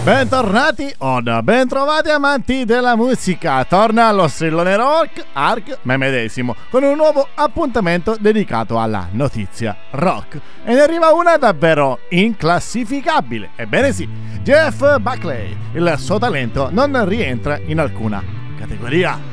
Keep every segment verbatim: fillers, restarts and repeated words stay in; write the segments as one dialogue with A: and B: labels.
A: Bentornati o bentrovati amanti della musica. Torna allo strillone rock Ark me medesimo con un nuovo appuntamento dedicato alla notizia rock. E ne arriva una davvero inclassificabile. Ebbene sì, Jeff Buckley. Il suo talento non rientra in alcuna categoria.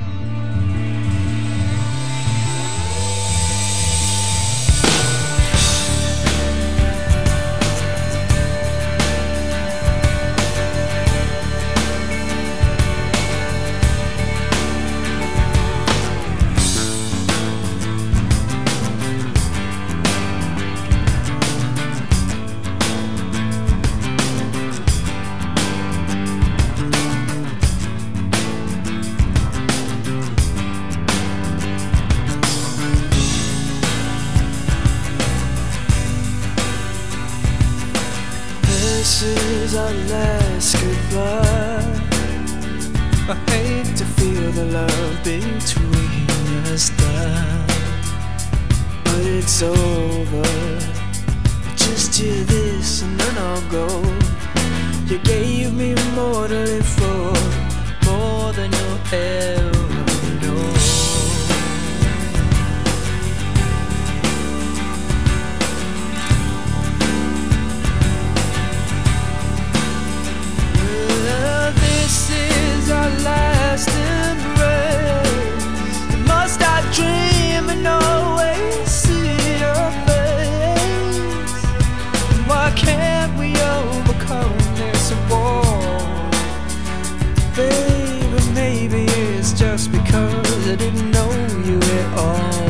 B: This is our last goodbye. I hate to feel the love between us die, but it's over. Just hear this and then I'll go. You gave me more to live for, more than you'll ever know. This is our last embrace. Must I dream and always see your face? Why can't we overcome this war? Baby, maybe it's just because I didn't know you at all.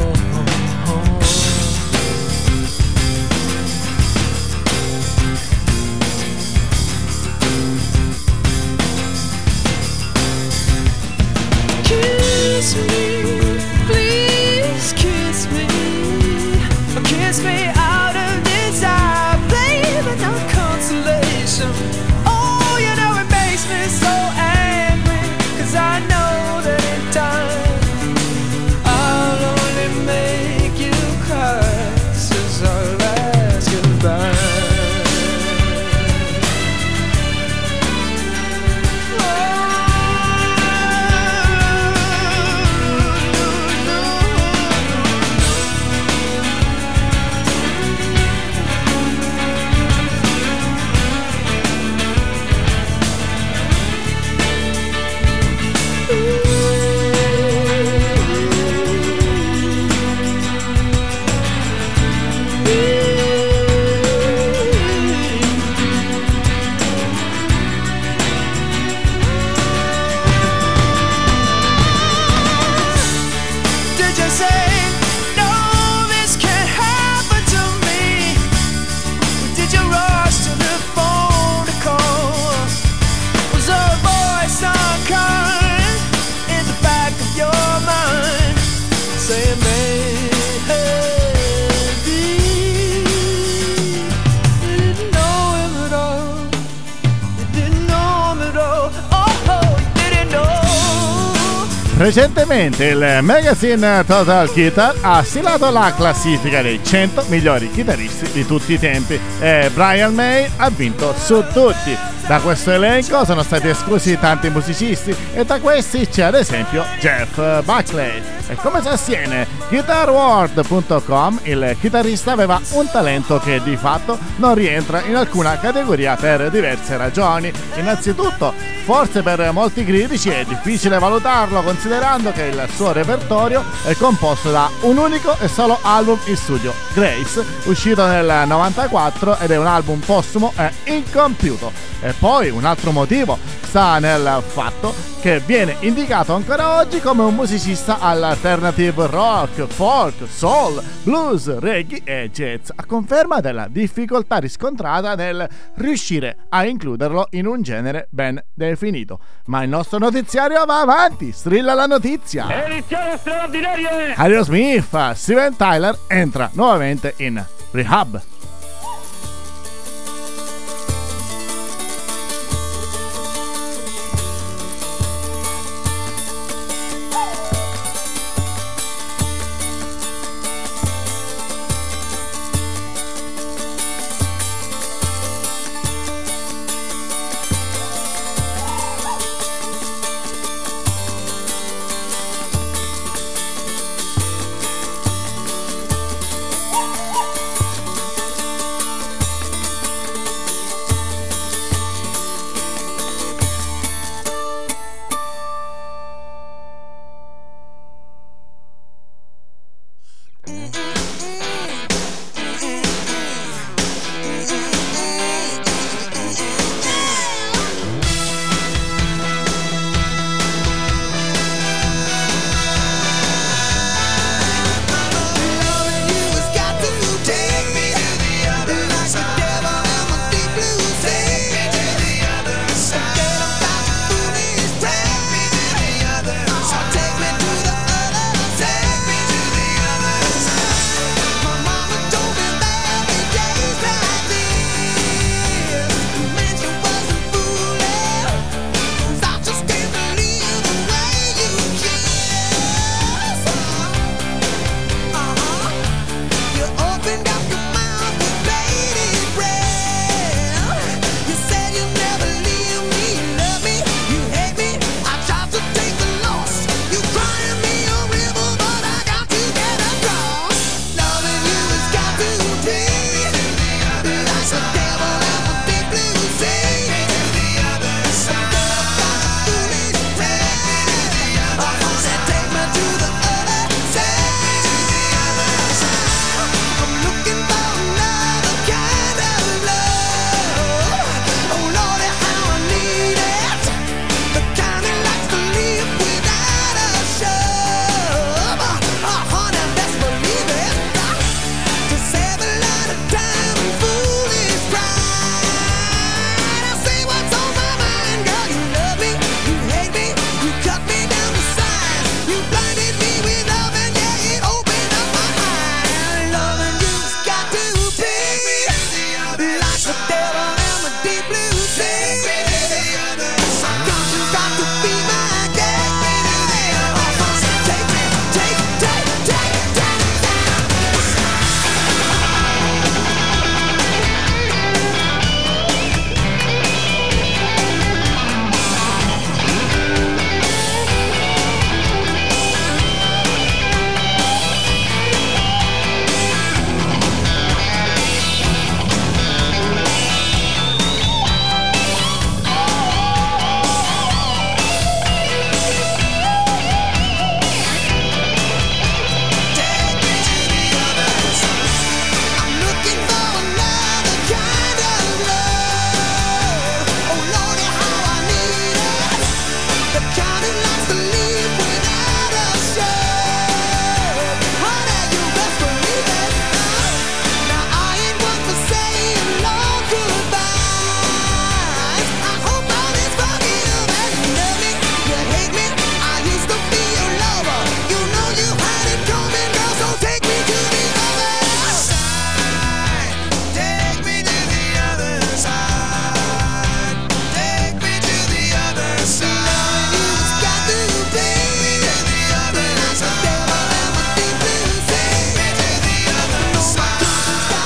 B: Kiss me, please kiss me, kiss me out of desire, baby, no consolation. Oh, you know it makes me so angry, 'cause I know that in time I'll only make you cry. This is our last goodbye. Did you say, no, this can't happen to me? Or did you rush to the phone to call? Was there a voice unkind in the back of your mind saying maybe you didn't know him at all? You didn't know him at all. Oh, you didn't know.
A: Recentemente il magazine Total Guitar ha stilato la classifica dei cento migliori chitarristi di tutti i tempi e Brian May ha vinto su tutti. Da questo elenco sono stati esclusi tanti musicisti e tra questi c'è ad esempio Jeff Buckley. E come sostiene guitar world punto com, il chitarrista aveva un talento che di fatto non rientra in alcuna categoria per diverse ragioni. Innanzitutto, forse per molti critici è difficile valutarlo considerando che il suo repertorio è composto da un unico e solo album in studio, Grace, uscito nel novantaquattro ed è un album postumo e incompiuto. E poi un altro motivo sta nel fatto che viene indicato ancora oggi come un musicista alternative rock, folk, soul, blues, reggae e jazz, a conferma della difficoltà riscontrata nel riuscire a includerlo in un genere ben definito. Ma il nostro notiziario va avanti, strilla la notizia.
C: Edizione straordinaria!
A: Aerosmith, Steven Tyler entra nuovamente in rehab.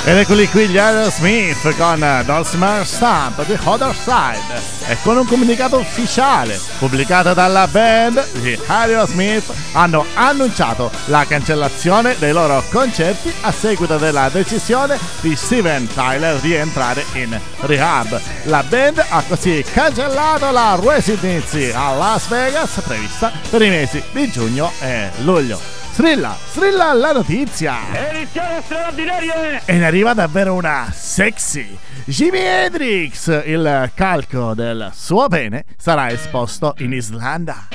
A: Ed eccoli qui gli Aerosmith con Dulcimer Stamp di Other Side e con un comunicato ufficiale pubblicato dalla band, gli Aerosmith hanno annunciato la cancellazione dei loro concerti a seguito della decisione di Steven Tyler di entrare in rehab. La band ha così cancellato la residency a Las Vegas prevista per i mesi di giugno e luglio. Strilla, strilla la notizia!
C: Edizione straordinaria!
A: E ne arriva davvero una sexy! Jimi Hendrix, il calco del suo pene, sarà esposto in Islanda.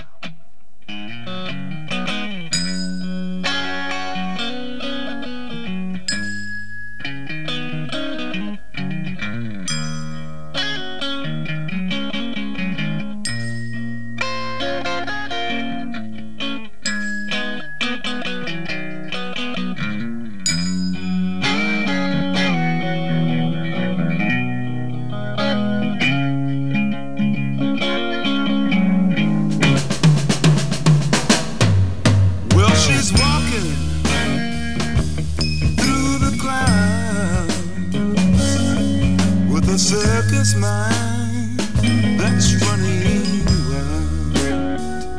D: Circus mind that's running wild.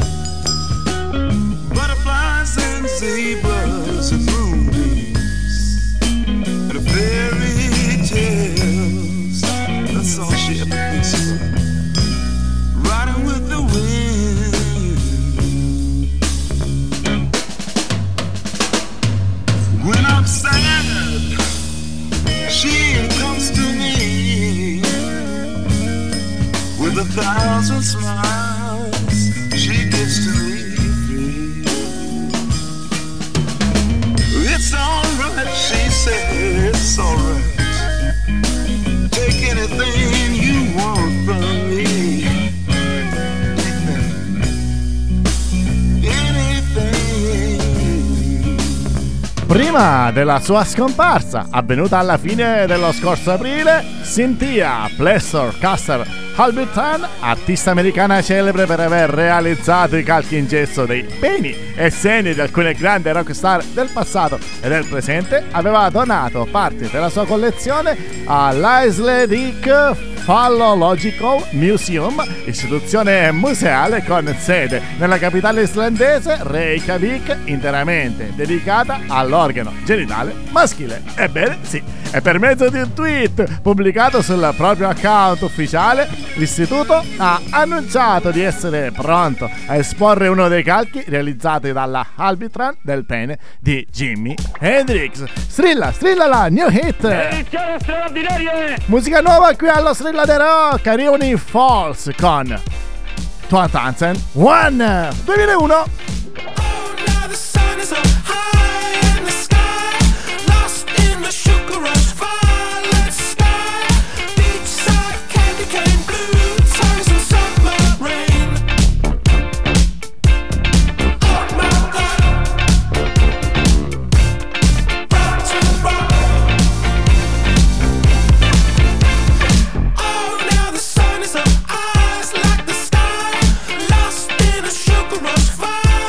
D: Butterflies and zebras and moonbeams and fairy tales. That's all she ever thinks about. Riding with the wind. When I'm sad, she comes to me with a thousand smiles she gives to me free. It's alright, she said, it's alright. Take anything you want from me.
A: Prima della sua scomparsa, avvenuta alla fine dello scorso aprile, Cynthia Plessor Caster Halberton, artista americana celebre per aver realizzato i calchi in gesso dei peni e seni di alcune grandi rockstar del passato e del presente, aveva donato parte della sua collezione all'Icelandic Phallological Museum, istituzione museale con sede nella capitale islandese Reykjavik, interamente dedicata all'organo genitale maschile. Ebbene sì, e per mezzo di un tweet pubblicato sul proprio account ufficiale, l'istituto ha annunciato di essere pronto a esporre uno dei calchi realizzati dalla Halberton del pene di Jimi Hendrix. Strilla, strilla la new hit!
C: Edizione straordinaria!
A: Musica nuova qui allo Strilla de Rock, arrivano i Falls con two thousand one duemilauno.
E: Eyes like the sky, lost in a sugar rush fire.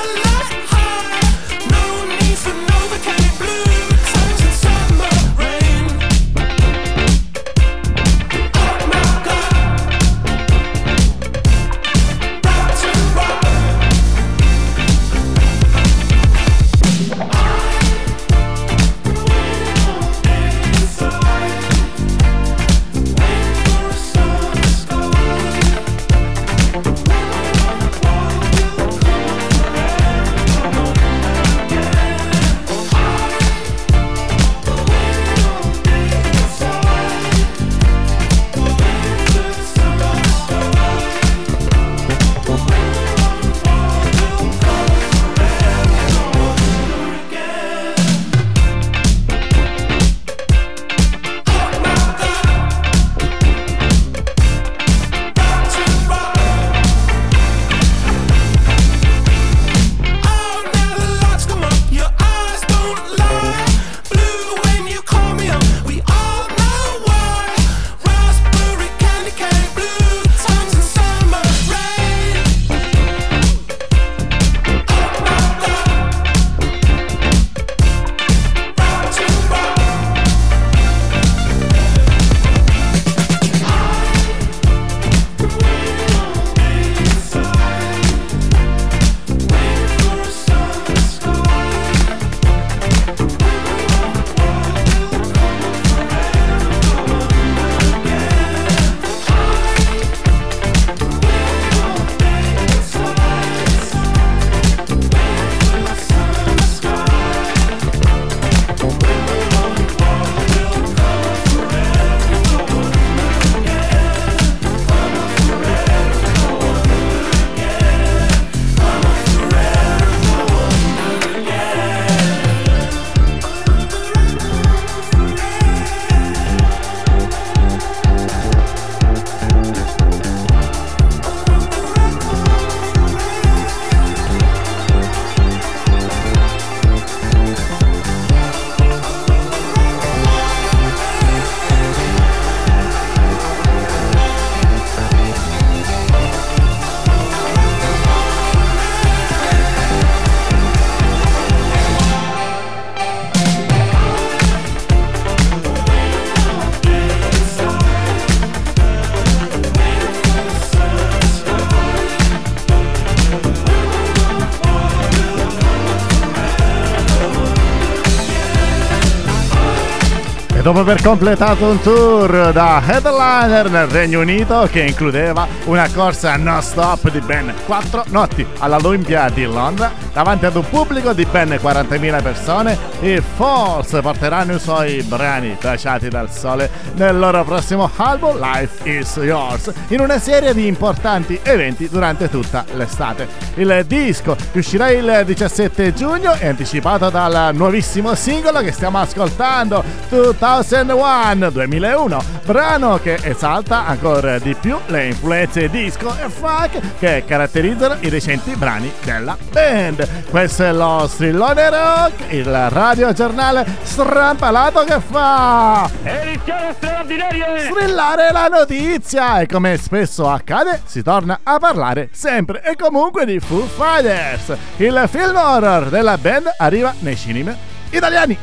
A: dopo aver completato un tour da headliner nel Regno Unito che includeva una corsa non stop di ben quattro notti all'Olympia di Londra davanti ad un pubblico di ben quarantamila persone, i Falls porteranno i suoi brani baciati dal sole nel loro prossimo album Life Is Yours in una serie di importanti eventi durante tutta l'estate. Il disco che uscirà il diciassette giugno è anticipato dal nuovissimo singolo che stiamo ascoltando, duemilauno, duemilauno, brano che esalta ancora di più le influenze disco e funk che caratterizzano i recenti brani della band. Questo è lo Strillone Rock, il radiogiornale strampalato che fa
C: Edizione straordinaria!
A: strillare la notizia, e come spesso accade si torna a parlare sempre e comunque di Foo Fighters. Il film horror della band arriva nei cinema italiani.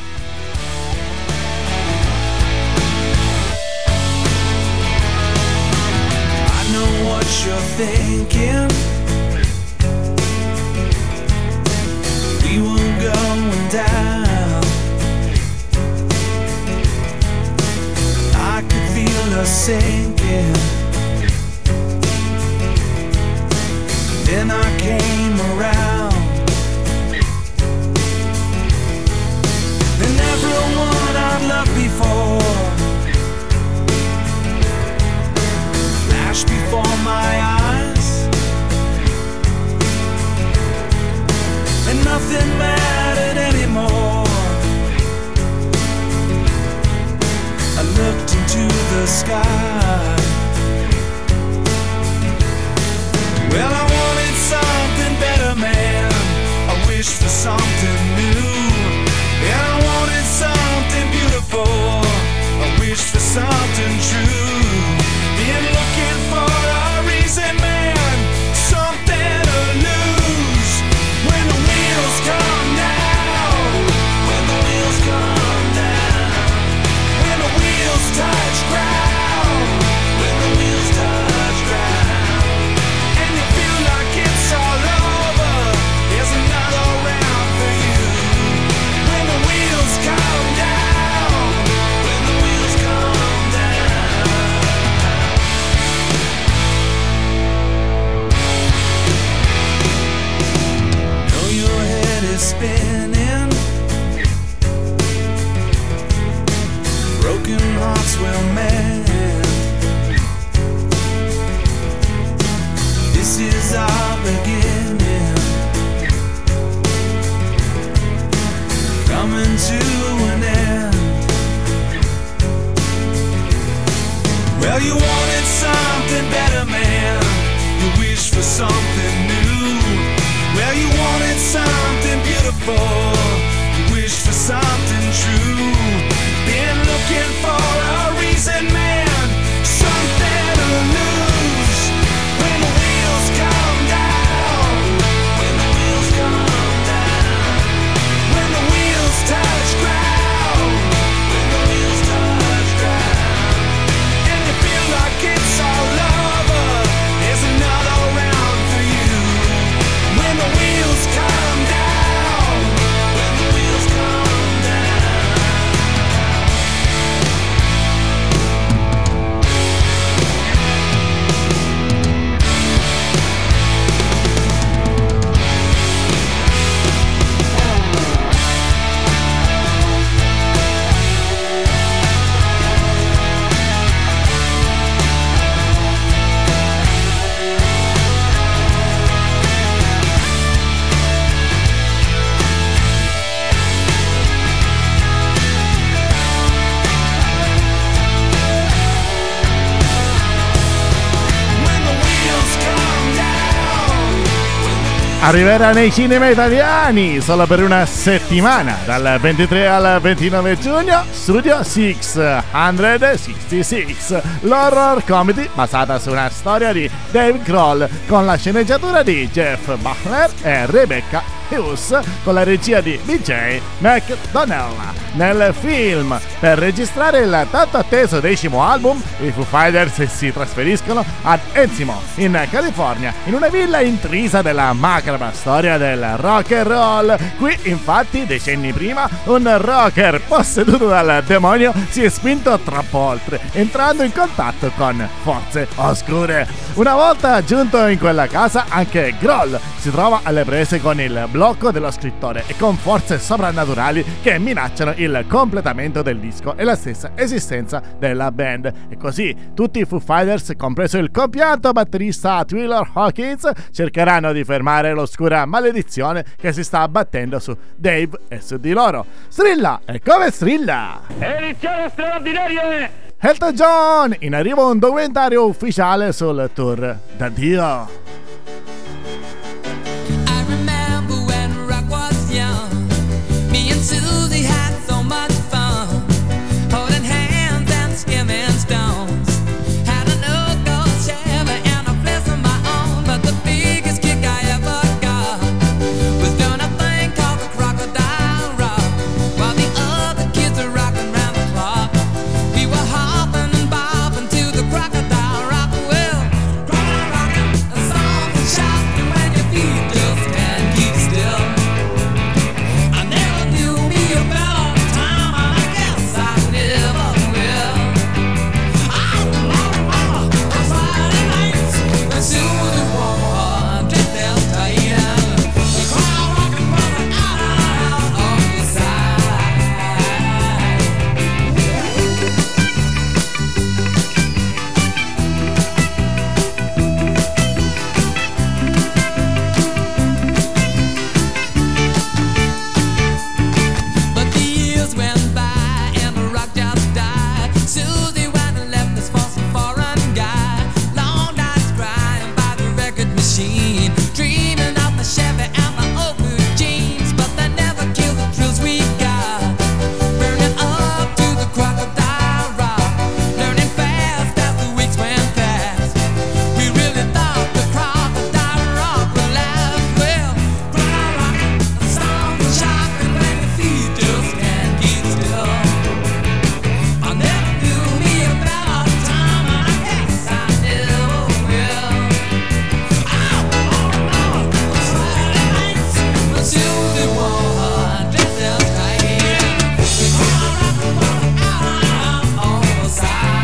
B: I know what you're thinking. We were going down. I could feel us sinking. Then I came around. And everyone I'd loved before flashed before my eyes, and nothing mattered anymore. I looked into the sky. Well, I wanted something better, man. I wished for something new. And I wanted something beautiful. I wished for something true. Been looking for a reason, man. Something to lose. When the wheels come down. When the wheels come down. When the wheels touch ground. When the wheels touch ground. And you feel like it's all over. There's another round for you. When the wheels come down. When the wheels come down. Know your head is spinning. Broken hearts will mend. This is our beginning. Coming to an end. Well, you wanted something better, man. You wished for something new. Well, you wanted something beautiful. You wished for something true. Been looking for a reason, man. Something to lose. When the wheels come down. When the wheels come down. When the wheels touch ground. When the wheels touch ground. And you feel like it's all over. There's another round for you. When the wheels come down. When the wheels come down. When the wheels come down.
A: Arriverà nei cinema italiani solo per una settimana, dal ventitré al ventinove giugno, Studio seicentosessantasei, l'horror comedy basata su una storia di Dave Grohl con la sceneggiatura di Jeff Buckler e Rebecca Hughes con la regia di B J McDonnell. Nel film, per registrare il tanto atteso decimo album, i Foo Fighters si trasferiscono ad Enzimo, in California, in una villa intrisa della macabra storia del rock and roll. Qui, infatti, decenni prima, un rocker posseduto dal demonio si è spinto troppo oltre, entrando in contatto con forze oscure. Una volta giunto in quella casa, anche Grohl si trova alle prese con il blocco dello scrittore e con forze soprannaturali che minacciano il completamento del disco e la stessa esistenza della band. E così tutti i Foo Fighters, compreso il compianto batterista Taylor Hawkins, cercheranno di fermare l'oscura maledizione che si sta abbattendo su Dave e su di loro. Strilla! E come strilla?
C: Edizione straordinaria!
A: Elton John! In arrivo un documentario ufficiale sul tour d'addio.
E: I remember when rock was young. Me and Susie had so much fun, holding hands and skimming stones. Had an old gold Chevy and a place of my own, but the biggest kick I ever got was doing a thing called the Crocodile Rock, while the other kids were rocking round the clock. We were hopping and bobbing to the Crocodile Rock. Well, crocodile rocking, a song for shocking when your feet just can't keep still. I never knew me a better time, and I guess I never will. Oh, oh, oh, on Friday nights, when Susie wore dressed as tight, and the crowd rocking brother out and out on the side. But the years went by and the rock just died. Susie went and left us for some foreign guy. Long nights crying by the record machine, dreaming of the Chevy and the old blue jeans. But they never killed the thrills we got, burning up to the Crocodile Rock, learning fast as the weeks went past. We really thought the Crocodile Rock would last. Well, crocodile rocking, a song for shocking when your feet just can't keep still. I never knew me a better time, and I guess I never will. Oh, oh, oh, on Friday nights, when Susie wore dressed as tight, the crowd rocking brother out and out on the side.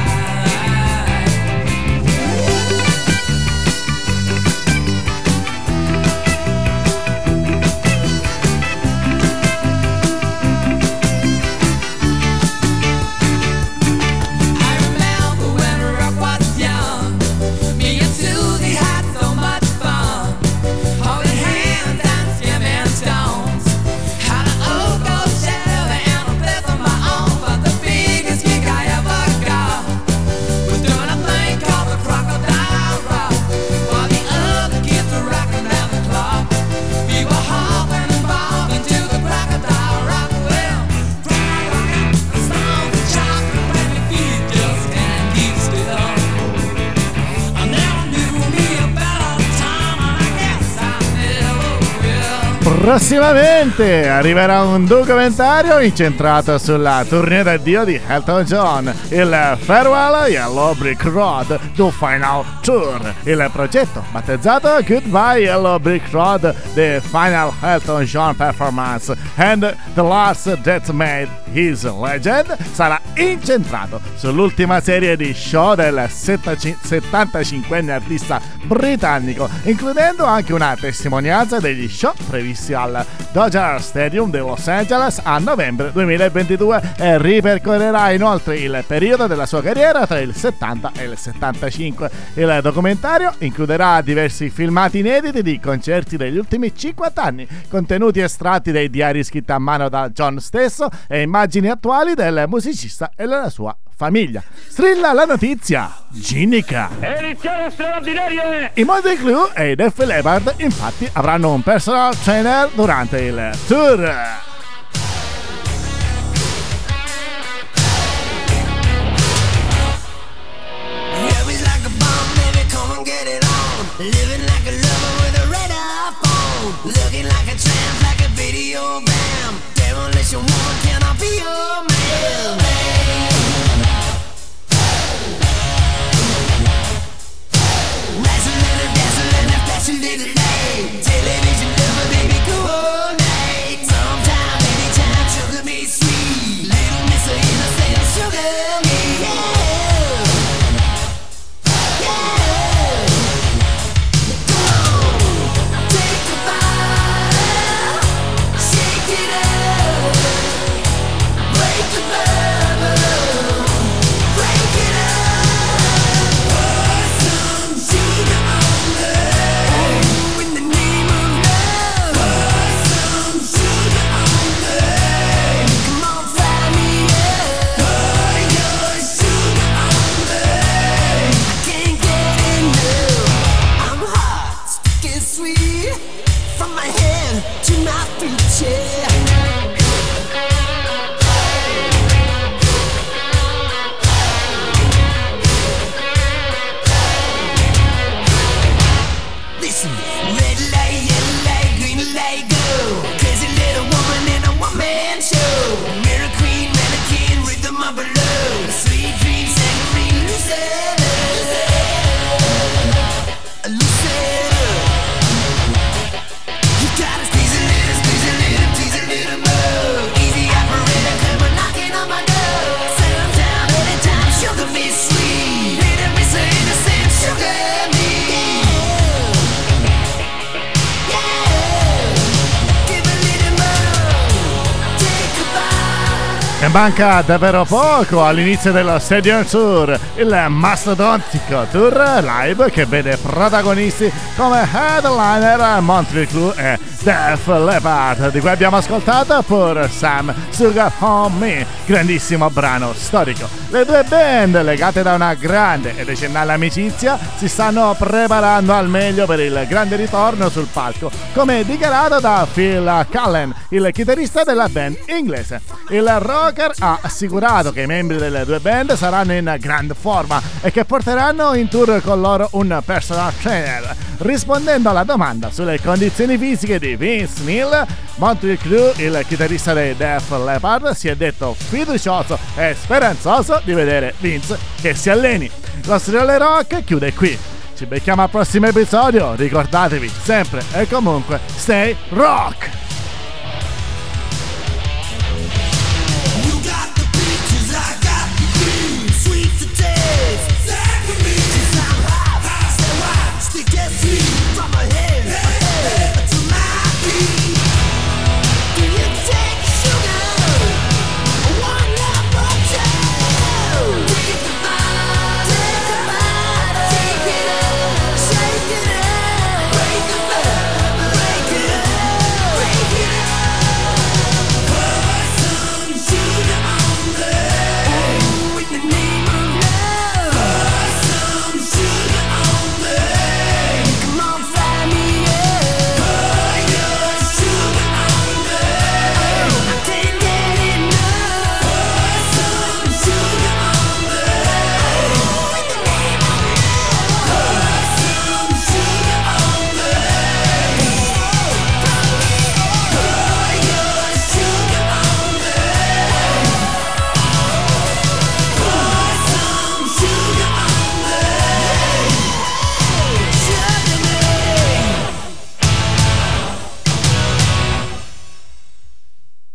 E: I remember when rock was young. Me and Susie had so much fun, holding hands and skimming stones. Had an old gold Chevy and a place of my own, but the biggest kick I ever got was doing a thing called the Crocodile Rock, while the other kids were rocking round the clock. We were hopping and bobbing to the Crocodile Rock. Well, crocodile rocking, a song for shocking when your feet just can't keep still. I never knew me a better time, and I guess I never will.
A: Prossimamente arriverà un documentario incentrato sulla tournée d'addio di Elton John, il Farewell Yellow Brick Road, The Final Tour. Il progetto, battezzato Goodbye Yellow Brick Road, The Final Elton John Performance and The Last That Made His Legend, sarà incentrato sull'ultima serie di show del settantacinquenne artista britannico, includendo anche una testimonianza degli show previsti al Dodger Stadium di Los Angeles a novembre duemilaventidue, e ripercorrerà inoltre il periodo della sua carriera tra il settanta e il settantacinque. Il documentario includerà diversi filmati inediti di concerti degli ultimi cinquanta anni, contenuti estratti dai diari scritti a mano da John stesso e immagini attuali del musicista e della sua famiglia. Strilla la notizia, Ginica.
C: Edizione straordinaria!
A: I Motley Crue e i Def Leppard infatti avranno un personal trainer durante il tour.
E: Love is like a bomb, baby, come and get it on. Living like a lover with a red iPhone. Looking like a
A: Manca davvero poco all'inizio dello Stadium Tour, il mastodontico tour live che vede protagonisti come headliner Motley Crue e Def Leppard, di cui abbiamo ascoltato Pour Some Sugar on Me, grandissimo brano storico. Le due band, legate da una grande e decennale amicizia, si stanno preparando al meglio per il grande ritorno sul palco, come dichiarato da Phil Cullen, il chitarrista della band inglese. Il rocker ha assicurato che i membri delle due band saranno in grande forma e che porteranno in tour con loro un personal trainer. Rispondendo alla domanda sulle condizioni fisiche di Vince Neil, Motley Crue, il chitarrista dei Def Leppard, si è detto fiducioso e speranzoso di vedere Vince che si alleni. Lo Strile Rock chiude qui. Ci becchiamo al prossimo episodio, ricordatevi sempre e comunque stay rock!